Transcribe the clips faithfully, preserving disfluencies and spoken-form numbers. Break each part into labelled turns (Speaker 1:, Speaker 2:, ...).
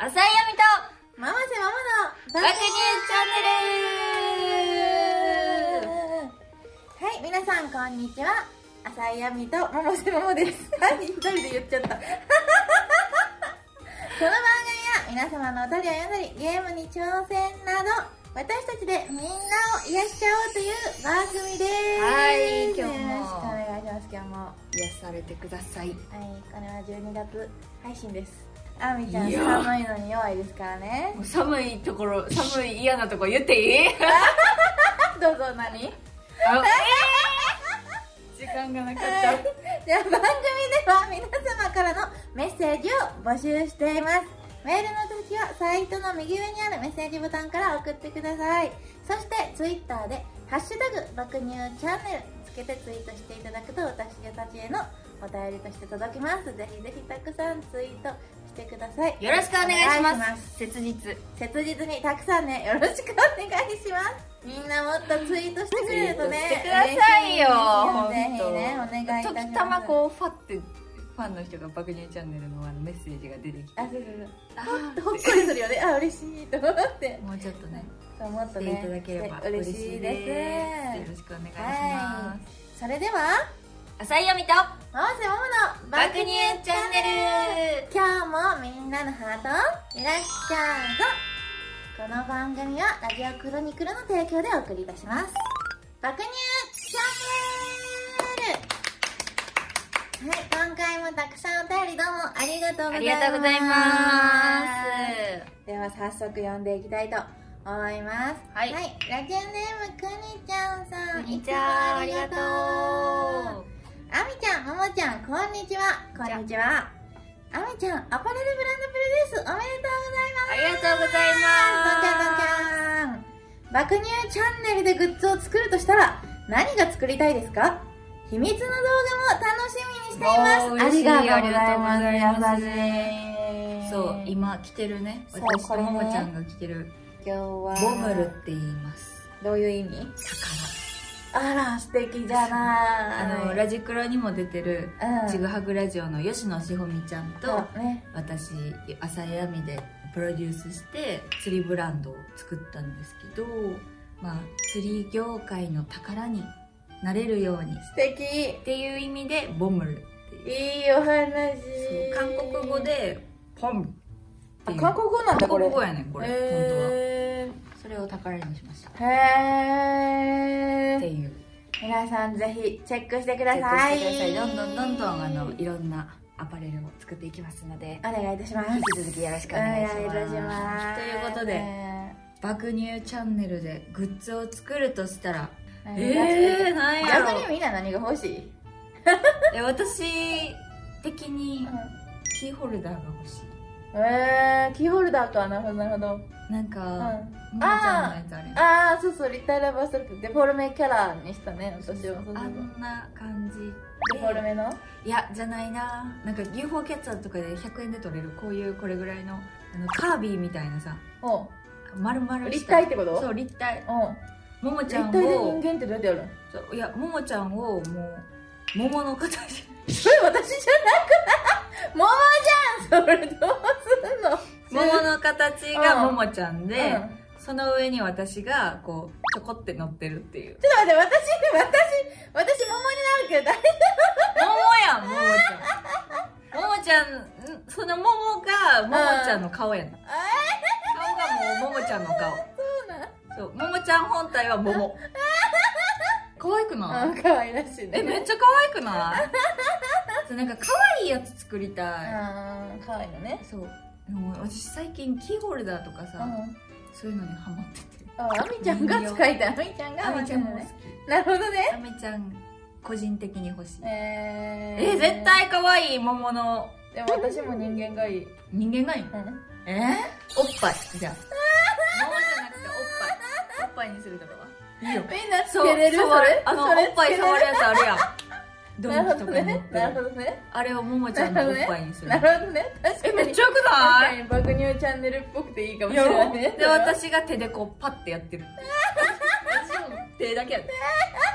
Speaker 1: 浅井亜美と
Speaker 2: ママせママの
Speaker 1: 爆乳チャンネル。
Speaker 2: はい、皆さんこんにちは。浅井亜美とママせママです。はい、一人で言っちゃった。この番組は皆様のお便りを読んだり、ゲームに挑戦など、私たちでみんなを癒しちゃおうという番組です。
Speaker 1: はい、今日も
Speaker 2: よろしくお願いします。今日も
Speaker 1: 癒されてください。
Speaker 2: はい、これはじゅうにがつ配信です。あみちゃん
Speaker 1: いや
Speaker 2: 寒いのに弱いですからね。
Speaker 1: もう寒いところ、寒い嫌なところ言っていい？
Speaker 2: どうぞ。何？
Speaker 1: あ時間がなかった。
Speaker 2: じゃあ番組では皆様からのメッセージを募集しています。メールの時はサイトの右上にあるメッセージボタンから送ってください。そしてツイッターでハッシュタグ爆乳チャンネルつけてツイートしていただくと私たちへのお便りとして届きます。ぜひぜひたくさんツイートしてください。
Speaker 1: よろしくお願いします。
Speaker 2: お願いします。
Speaker 1: 切実
Speaker 2: 切実にたくさんね、よろしくお願いします。みんなもっとツイートしてくれるとね、
Speaker 1: してくださいよ。
Speaker 2: ぜひね、お願いいたします。
Speaker 1: 時たまこうファってファンの人が爆乳チャンネルのあのメッセージが出てきて、
Speaker 2: あ、そうそうそう、
Speaker 1: あ
Speaker 2: ほっこりするよね。あ、嬉しいと思って。
Speaker 1: もうちょっとね、
Speaker 2: そう、もっと
Speaker 1: してい
Speaker 2: ね、
Speaker 1: ただければ
Speaker 2: 嬉しいです。
Speaker 1: よろしくお願いします。
Speaker 2: それでは、
Speaker 1: 浅井亜美と
Speaker 2: ママせママの
Speaker 1: 爆乳チャンネル。
Speaker 2: 今日もみんなのハートいらっしゃいぞ。この番組はラジオクロニクルの提供でお送りいたします。爆乳チャンネル。はい、今回もたくさんお便りどうもありがとうございます。
Speaker 1: ありがとうございます。
Speaker 2: では早速読んでいきたいと思います。
Speaker 1: はい、
Speaker 2: はい、ラジオネームくにちゃんさん、
Speaker 1: くにちゃん、ありがとう。
Speaker 2: あみちゃん、ももちゃん、こんにちは。こんにちは。あみちゃん、アパレルブランドプロデュースおめでとうございます。
Speaker 1: ありがとうございます。
Speaker 2: どんちゃんどんちゃん。爆乳チャンネルでグッズを作るとしたら何が作りたいですか？秘密の動画も楽しみにしています。
Speaker 1: ありがとうございます。
Speaker 2: 優しい。
Speaker 1: そう、今着てるね、
Speaker 2: そう
Speaker 1: 私とももちゃんが着てる
Speaker 2: 今日は
Speaker 1: ボムルって言います。
Speaker 2: どういう意味？
Speaker 1: 宝。
Speaker 2: あら、素敵じゃない。
Speaker 1: あのラジクロにも出てる、
Speaker 2: うん、
Speaker 1: ちぐはぐラジオの吉野しほみちゃんと、
Speaker 2: ね、
Speaker 1: 私浅井亜美でプロデュースして釣りブランドを作ったんですけど、まあ釣り業界の宝になれるように
Speaker 2: 素敵
Speaker 1: っていう意味でボムルっていう、
Speaker 2: いいお話。
Speaker 1: 韓国語でポンっていう、
Speaker 2: 韓国語なんだこれ。
Speaker 1: 韓国語やねんこれ、
Speaker 2: えー、
Speaker 1: 本当は。それを宝にしました。
Speaker 2: へー
Speaker 1: っていう。
Speaker 2: 皆さんぜひチェックしてください。
Speaker 1: チェックしてください。どんどんどんどんあのいろんなアパレルを作っていきますので、
Speaker 2: お願いいたします。
Speaker 1: 引き続きよろしくお願いします。
Speaker 2: お願いいたします。
Speaker 1: ということで、爆乳チャンネルでグッズを作るとしたら、
Speaker 2: え
Speaker 1: えー、何やろ。
Speaker 2: 逆にみんな何が欲しい？
Speaker 1: え、私的にキーホルダーが欲しい。
Speaker 2: えー、キーホルダーか。なるほどなるほど。
Speaker 1: なんか、
Speaker 2: うん、
Speaker 1: ももちゃんのやつあれ。
Speaker 2: ああ、そうそう、立体ラバーストックデフォルメキャラにしたね、私は。
Speaker 1: あんな感じ
Speaker 2: デフォルメの？
Speaker 1: いや、じゃないな。なんか ユーフォー キャッチャーとかでひゃくえんで取れるこういうこれぐらいのあのカービィみたいなさ、
Speaker 2: お
Speaker 1: 丸々した
Speaker 2: 立体ってこと？
Speaker 1: そう、立体。
Speaker 2: うん、
Speaker 1: ももちゃんを
Speaker 2: 立体で人間ってどうやってやるの？
Speaker 1: そういや、ももちゃんをもう桃の形
Speaker 2: それ私じゃなくない？桃じゃん。それどうすんの？
Speaker 1: 桃の形がももちゃんで、
Speaker 2: うん、
Speaker 1: その上に私がこうちょこって乗ってるっていう。
Speaker 2: ちょっと待って、私私私桃になるけど大丈
Speaker 1: 夫？桃やん、ももちゃん。ももちゃん、その桃がももちゃんの顔やん、うん、顔がもうももちゃんの顔。
Speaker 2: そうなん。
Speaker 1: そう、ももちゃん本体は桃。可愛くない？
Speaker 2: うん、可愛らしいね。
Speaker 1: え、めっちゃ可愛くないそう、なんか可愛いやつ作りたい。
Speaker 2: うん、可愛いのね。
Speaker 1: そう。でも私最近キーホルダーとかさ、うん、そういうのにハマってて。
Speaker 2: あ、あみちゃんが使いたい。あみちゃんが。
Speaker 1: あみちゃんも好き。
Speaker 2: なるほどね。
Speaker 1: あみちゃん、個人的に欲しい。
Speaker 2: え
Speaker 1: ー、えー、絶対可愛い桃の。
Speaker 2: でも私も人間がいい。
Speaker 1: 人間がいいの？うん、えー、おっぱい。じゃあ。桃じゃなくておっぱい。おっぱいにするとかはいいよ。
Speaker 2: みんなつけれる？それ
Speaker 1: あの、おっぱい触るやつあるやん。ドンキとかに持ってる。
Speaker 2: なるほどね。
Speaker 1: あれをももちゃんのおっぱいにする。
Speaker 2: なるほどね。確かに。
Speaker 1: え、めっちゃよくない？
Speaker 2: 確かに爆乳チャンネルっぽくていいかもしれないね。
Speaker 1: で、私が手でこうパッてやってる。手だけやって。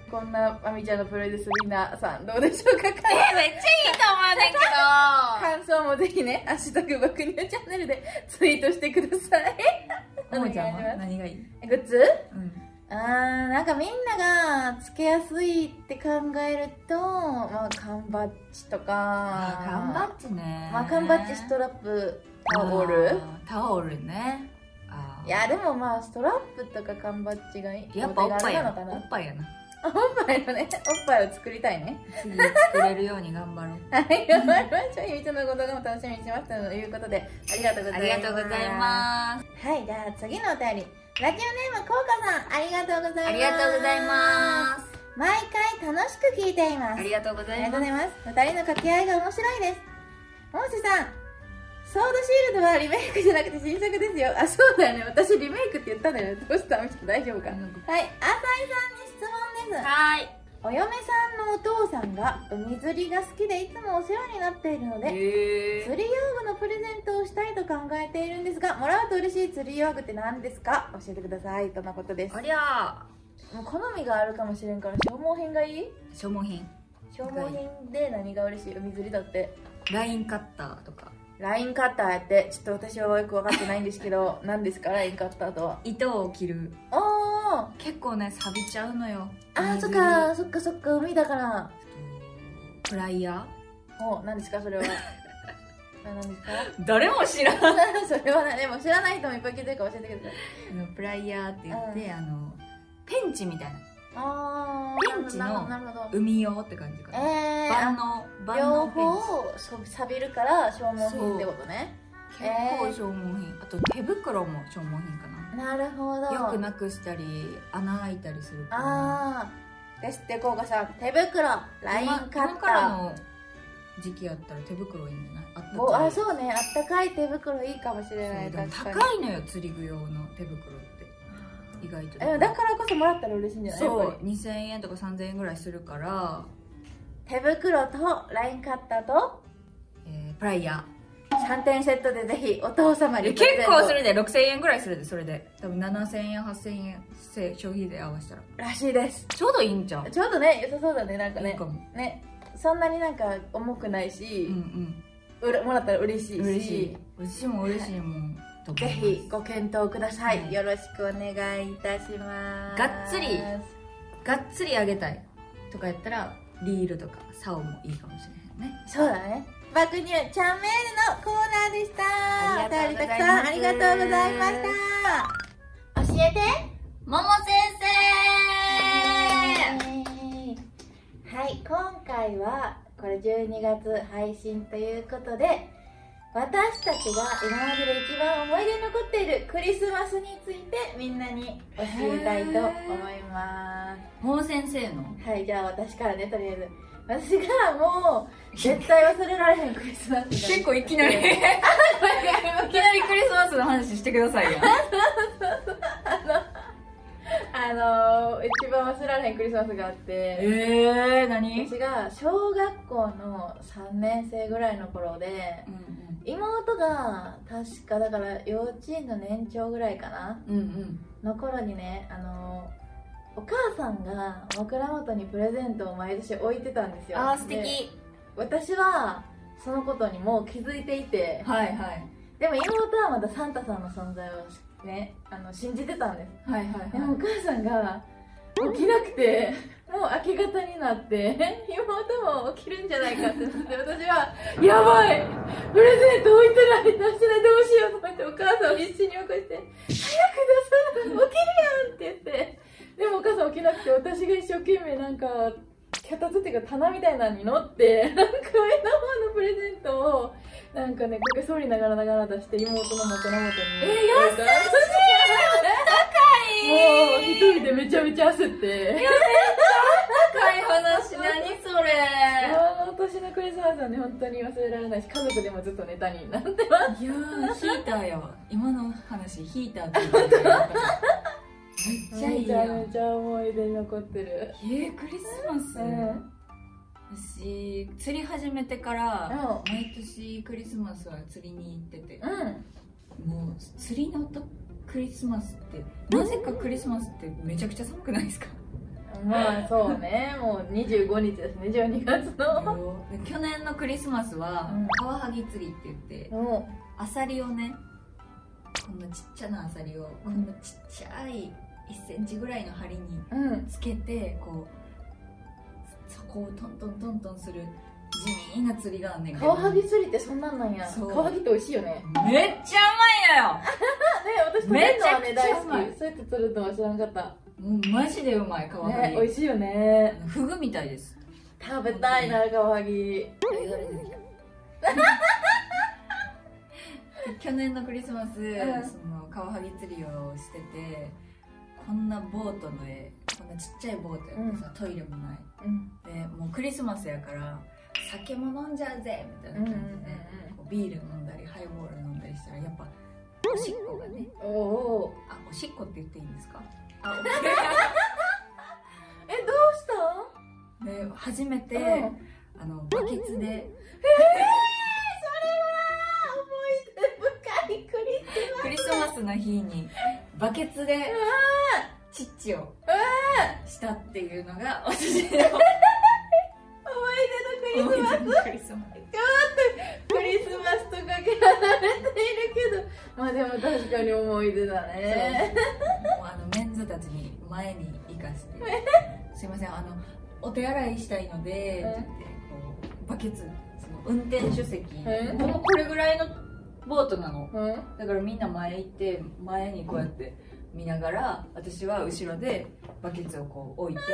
Speaker 2: こんなあみちゃんのプロデュース皆さんどうでしょうか。
Speaker 1: えめっちゃいいと思うねんけど
Speaker 2: 感想もぜひね、ハッシュタグ爆乳チャンネルでツイートしてください。
Speaker 1: ももちゃんは何がいい？
Speaker 2: グッズ？
Speaker 1: うん、
Speaker 2: あー、なんかみんながつけやすいって考えると、まあ缶バッジとか、
Speaker 1: 缶バッジね、
Speaker 2: まあ缶バッジ、ストラップ、タオル、
Speaker 1: タオルね。あ
Speaker 2: いやでもまあストラップとか缶バッジが
Speaker 1: やっぱおっぱいやな。
Speaker 2: お手軽なのかな。
Speaker 1: おっぱいやな。
Speaker 2: おっぱいのね、おっぱいを作りたいね。
Speaker 1: 次作れるように頑張ろう。
Speaker 2: はい、頑張りましょう。秘密の動画も楽しみにしましたということで、ありがとうございます。
Speaker 1: ありがとうございます。
Speaker 2: はい、じゃあ次のお便り。ラジオネームこうかさん、ありがとうございます。
Speaker 1: ありがとうございます。
Speaker 2: 毎回楽しく聞いています。
Speaker 1: ありがとうございます。
Speaker 2: ありがとうございます。二人の掛け合いが面白いです。ももしさん、ソードシールドはリメイクじゃなくて新作ですよ。あ、そうだよね。私リメイクって言ったんだよね。どうしたみたいな、大丈夫か。はい、浅井さんに質問です。
Speaker 1: はい。
Speaker 2: お嫁さんのお父さんが海釣りが好きでいつもお世話になっているので、釣り用具のプレゼントをしたいと考えているんですが、もらうと嬉しい釣り用具って何ですか？教えてくださいとのことです。
Speaker 1: ありゃ
Speaker 2: ー、もう好みがあるかもしれんから消耗品がいい？
Speaker 1: 消耗品。
Speaker 2: 消耗品で何が嬉しい？海釣りだって
Speaker 1: ラインカッターとか。
Speaker 2: ラインカッターやって、ちょっと私はよく分かってないんですけど何ですかラインカッターとは？
Speaker 1: 糸を切る。
Speaker 2: おー、
Speaker 1: 結構ね錆びちゃうのよ。
Speaker 2: あー、そっかそっかそっか、海だから。
Speaker 1: フライヤ
Speaker 2: ー。お、何ですかそれは。何ですか？
Speaker 1: 誰も知らん。
Speaker 2: それはね、でも知らない人もいっぱい聞いてるから教えてください。
Speaker 1: あのプライヤーって言って、
Speaker 2: うん、
Speaker 1: あのペンチみたいな。
Speaker 2: あ
Speaker 1: ペンチの海用って感じかな。えー、万能
Speaker 2: 両方錆びるから消耗品ってことね。
Speaker 1: 結構消耗品、えー、あと手袋も消耗品か
Speaker 2: な。なるほど。
Speaker 1: よくなくしたり穴開いたりするから。
Speaker 2: ああですって。こうかさん、手袋、ラインカッター。今からの
Speaker 1: 時期やったら手袋いいんじゃない？あった
Speaker 2: かい。あ、そうね、あったかい手袋いいかもしれない。
Speaker 1: でも高いのよ、釣り具用の手袋って意外と。
Speaker 2: え、だからこそもらったら嬉しいんじゃない？
Speaker 1: そう、にせんえんとかさんぜんえんぐらいするから。
Speaker 2: 手袋とラインカッターと、
Speaker 1: えー、プライヤ
Speaker 2: ーさんてんセットでぜひお父様に。
Speaker 1: 結構するで、ろくせんえんぐらいするで。それで多分ななせんえんはっせんえん消費税合わせたら
Speaker 2: らしいです。
Speaker 1: ちょうどいいんちゃう？
Speaker 2: ちょうどね、良さそうだね。なんかね、
Speaker 1: いいかも
Speaker 2: ね、そんなになんか重くないし、
Speaker 1: うんうん、
Speaker 2: もらったら嬉しいし、
Speaker 1: 嬉しい。私も嬉しいもん。
Speaker 2: ぜひご検討ください、はい、よろしくお願いいたします。
Speaker 1: がっつりがっつりあげたいとかやったらリールとか竿もいいかもしれへんね。
Speaker 2: そうだね。爆乳チャンメールのコーナーでした。
Speaker 1: ありがとうございます。
Speaker 2: たくさんありがとうございました。教えて
Speaker 1: もも先
Speaker 2: 生。はい、今回はこれじゅうにがつ配信ということで、私たちが今までで一番思い出に残っているクリスマスについてみんなに教えたいと思います。
Speaker 1: もも先生の、
Speaker 2: はい、じゃあ私からね。とりあえず私がもう絶対忘れられへんクリスマス
Speaker 1: 結構いきなりいきなりクリスマスの話してくださいよ。
Speaker 2: あのー、一番忘れられへんクリスマスがあって、
Speaker 1: えー、何？
Speaker 2: 私が小学校のさんねん生ぐらいの頃で、うんうん、妹が確かだから幼稚園の年長ぐらいかな、うんうん、の頃にね、あのー、お母さんが枕元にプレゼントを毎年置いてたんですよ。
Speaker 1: あー、素敵。
Speaker 2: 私はそのことにもう気づいていて、
Speaker 1: はいはい、
Speaker 2: でも妹はまだサンタさんの存在をね、あの信じてたんです。はいはいはい、でもお母さんが起きなくて、もう明け方になって妹も起きるんじゃないかってなって、私はやばい、プレゼント置いてない、出してない、どうしようと思ってお母さんを必死に起こして「早く出さない、起きるやん!」って言って、でもお母さん起きなくて、私が一生懸命なんか脚立っていうか棚みたいなのに乗って、なんか上の方のプレゼントをなんかね、こけそうにながらながら出して妹の元の元に。えー、優しい、高い。もう一人でめちゃめちゃ焦って。いや、めっちゃ
Speaker 1: 高い話、何それ。
Speaker 2: あの年のクリスマスはね、本当に忘れられないし、家族でもずっとネタになってます。
Speaker 1: いやー、ヒーターやわ。今の話、ヒーターって言ってた。めっちゃいいやん。
Speaker 2: めちゃめちゃ思い出に残ってる。
Speaker 1: えー、クリスマス、うん、私釣り始めてから毎年クリスマスは釣りに行ってて、うん、もう釣りのとクリスマスって、なぜかクリスマスってめちゃくちゃ寒くないですか？
Speaker 2: まあそうね、もうにじゅうごにちだしね、じゅうにがつの。
Speaker 1: 去年のクリスマスは、
Speaker 2: うん、
Speaker 1: カワハギ釣りって言って、アサリをね、こんなちっちゃなアサリを、こんなちっちゃいいっセンチぐらいの針につけて、うん、こうそこをトントントントンする地味な釣りがあんねんけど、
Speaker 2: カワハギ釣りってそんなんなんや。カワハギって美味しいよね。
Speaker 1: めっちゃうまいのよ。
Speaker 2: ね、私食べるのはね大好き。そうやって釣るとは知らんかった。
Speaker 1: もうマジでうまいカワハギ、
Speaker 2: ね、美味しいよね。
Speaker 1: フグみたいです。
Speaker 2: 食べたいなカワハギ。
Speaker 1: 去年のクリスマス、うん、そのカワハギ釣りをしてて、こんなボートの絵、こんなちっちゃいボートやってさ、うん、トイレもない、うん、でもうクリスマスやから酒も飲んじゃうぜみたいな感じで、こうビール飲んだりハイボール飲んだりしたら、やっぱおしっこがね、おおあおしっこって言っていいんですか？あ
Speaker 2: え、どう
Speaker 1: した？で初めて、うん、あのバケツで、えークリスマスの日にバケツでチッチをしたっていうのが私の思い
Speaker 2: 出のクリスマス。クリスマスクリスマスとかけ離れているけど、まあでも確かに思い出だね。
Speaker 1: もうあのメンズたちに前に生かしてすいません、あのお手洗いしたいのでって言って、こうバケツ、その運転手席、このこれぐらいのボートなの、うん、だからみんな前行って前にこうやって見ながら、私は後ろでバケツをこう置いて、あー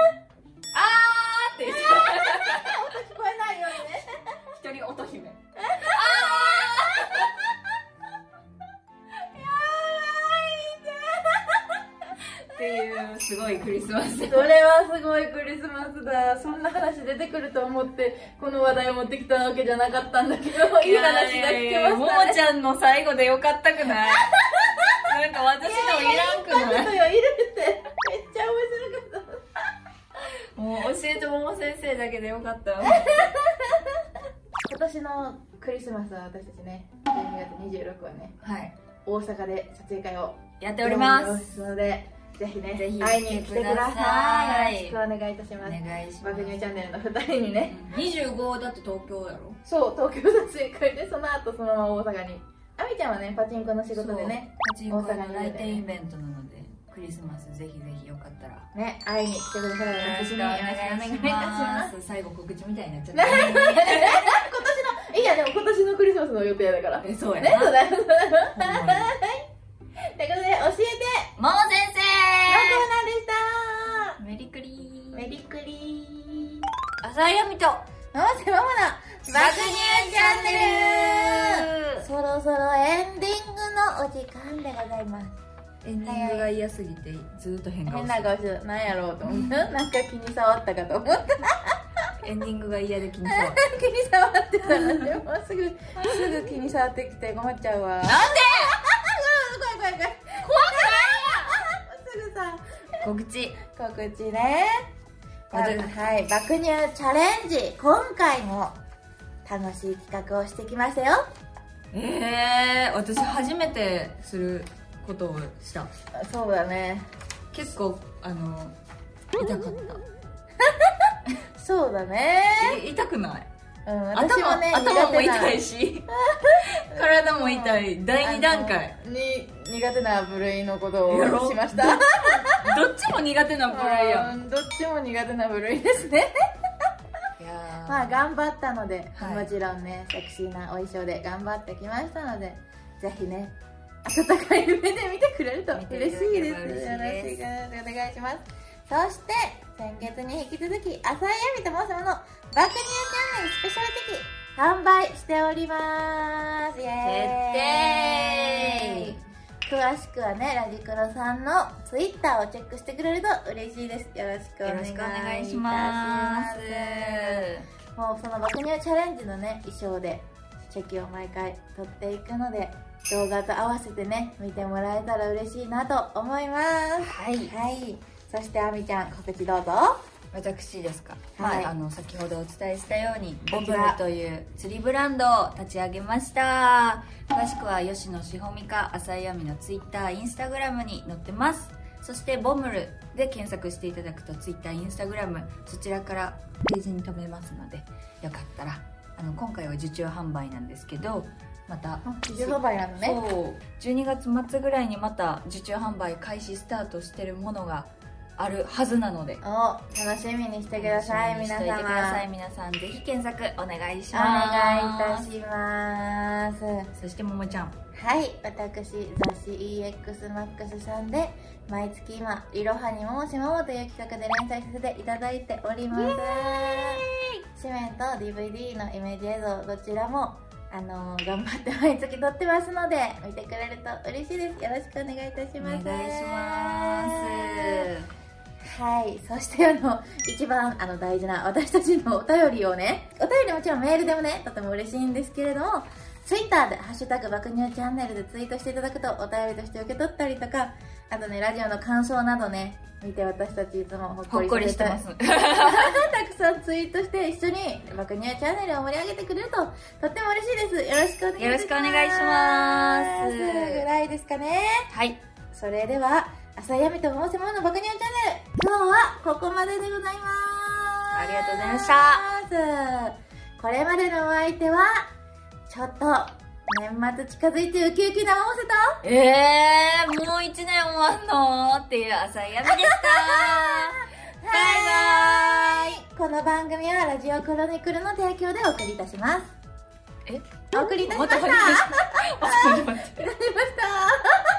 Speaker 1: って言って
Speaker 2: 音聞こえないようにね、
Speaker 1: 一人音姫、あーっていうすごいクリスマス。
Speaker 2: それはすごいクリスマスだ。そんな話出てくると思ってこの話題を持ってきたわけじゃなかったんだけど、いい話が聞けましたね。
Speaker 1: ももちゃんの最後でよかったくない？なんか私のいらんくない？
Speaker 2: いるってめっちゃ面白かった。
Speaker 1: もう教えてもも先生だけでよかった。
Speaker 2: 今年のクリスマスは私たちね、じゅうにがつにじゅうろくはね、はい、大阪で撮影会を
Speaker 1: やっております
Speaker 2: ので、ぜひね、ぜひ会いに来てください。よろしくお願いいたします。
Speaker 1: お願いします。
Speaker 2: 爆乳チャンネルのふたりにね、
Speaker 1: にじゅうごだって東京やろ。
Speaker 2: そう、東京撮影会で、その後そのまま大阪に。あみちゃんはね、パチンコの仕事でね、
Speaker 1: パチンコの来店イベントなので、クリスマスぜひぜひよかったら
Speaker 2: ね、会いに来てください。よろしくお願いします。
Speaker 1: 最後告知みたいになっちゃった。今
Speaker 2: 年の、いやでも今年のクリスマスの予定だから。
Speaker 1: え、そうやな。
Speaker 2: そうだよ。ということで、教えて
Speaker 1: もも先生
Speaker 2: のコーナーでした。
Speaker 1: メリクリ
Speaker 2: メリクリ
Speaker 1: 浅井亜美と
Speaker 2: ママセママの爆乳チャンネル。そろそろエンディングのお時間でございます。
Speaker 1: エンディングが嫌すぎてずっと変顔
Speaker 2: 変な顔してた。何やろうと思った。なんか気に障ったかと思った。
Speaker 1: エンディングが嫌で気に障った。
Speaker 2: 気に障ってたらでもすぐすぐ気に障ってきて困っちゃうわ。なんで？怖い怖い怖い怖い。怖くないやん。すぐさ。
Speaker 1: 告知
Speaker 2: 告知ね。はい、爆乳チャレンジ、今回も楽しい企画をしてきましたよ。
Speaker 1: えー、私初めてすることをした。
Speaker 2: そうだね。
Speaker 1: 結構あの痛かった。
Speaker 2: そうだね。
Speaker 1: 痛くない？
Speaker 2: うん、私もね、
Speaker 1: 頭も痛いし体も痛いだいに段階
Speaker 2: に苦手な部類のことをしました。
Speaker 1: どっちも苦手な部類やん。
Speaker 2: どっちも苦手な部類ですね。いやまあ頑張ったので、はい、もちろんねセクシーなお衣装で頑張ってきましたので、ぜひね温かい目で見てくれると嬉しいです。よろしくお願いします。そして先月に引き続き浅井亜美ともさまの爆乳チャンネルスペシャル的販売しております。イエーイ。詳しくはねラジクロさんのツイッターをチェックしてくれると嬉しいです。よろしくお願いいたします。もうその爆乳チャレンジのね衣装でチェキを毎回撮っていくので、動画と合わせてね見てもらえたら嬉しいなと思います。はい、はい、そしてあみちゃん告知どうぞ。
Speaker 1: 私ですか。はい、まあ、あの先ほどお伝えしたようにボブラという釣りブランドを立ち上げました。詳しくは吉野しほみか浅井亜美のツイッターインスタグラムに載ってます。 そしてボムルで検索していただくと Twitter、Instagram そちらからページに飛べますので、よかったらあの今回は受注販売なんですけど、また
Speaker 2: 受注販売なのね。
Speaker 1: そうじゅうにがつ末ぐらいにまた受注販売開始スタートしてるものがあるはずなので、
Speaker 2: お楽しみにしてください。皆様
Speaker 1: 楽しみにしておいてください。皆さんぜひ検索お願いし
Speaker 2: お
Speaker 1: ます。
Speaker 2: 願いいたします。
Speaker 1: そしてももちゃん、
Speaker 2: はい、私雑誌 イーエックスマックス さんで毎月今いろはにもしももという企画で連載させていただいております。紙面と ディーブイディー のイメージ映像どちらもあのー、頑張って毎月撮ってますので見てくれると嬉しいです。よろしくお願いいたします。
Speaker 1: お願いします。
Speaker 2: はい、そしてあの一番あの大事な私たちのお便りをね、お便りもちろんメールでもねとても嬉しいんですけれども、ツイッターでハッシュタグ爆乳チャンネルでツイートしていただくとお便りとして受け取ったりとか、あとねラジオの感想などね見て私たちいつもほっこり
Speaker 1: ほっこりしてます
Speaker 2: たくさんツイートして一緒に爆乳チャンネルを盛り上げてくれるととっても嬉しいです。よろしくお願いします。
Speaker 1: よろしくお願いします。
Speaker 2: ぐらいですかね。
Speaker 1: はい、
Speaker 2: それでは浅井亜美と申せもの爆乳チャンネル、今日はここまででございます。
Speaker 1: ありがとうございました。
Speaker 2: これまでのお相手はちょっと年末近づいてウキウキな百瀬と、
Speaker 1: えー、もう一年終わんのっていう浅井亜美でした。バイバーイ。
Speaker 2: この番組はラジオクロニクルの提供でお送りいたします。
Speaker 1: え
Speaker 2: お送りいたしました。
Speaker 1: 待って待って待って待って
Speaker 2: いたしました。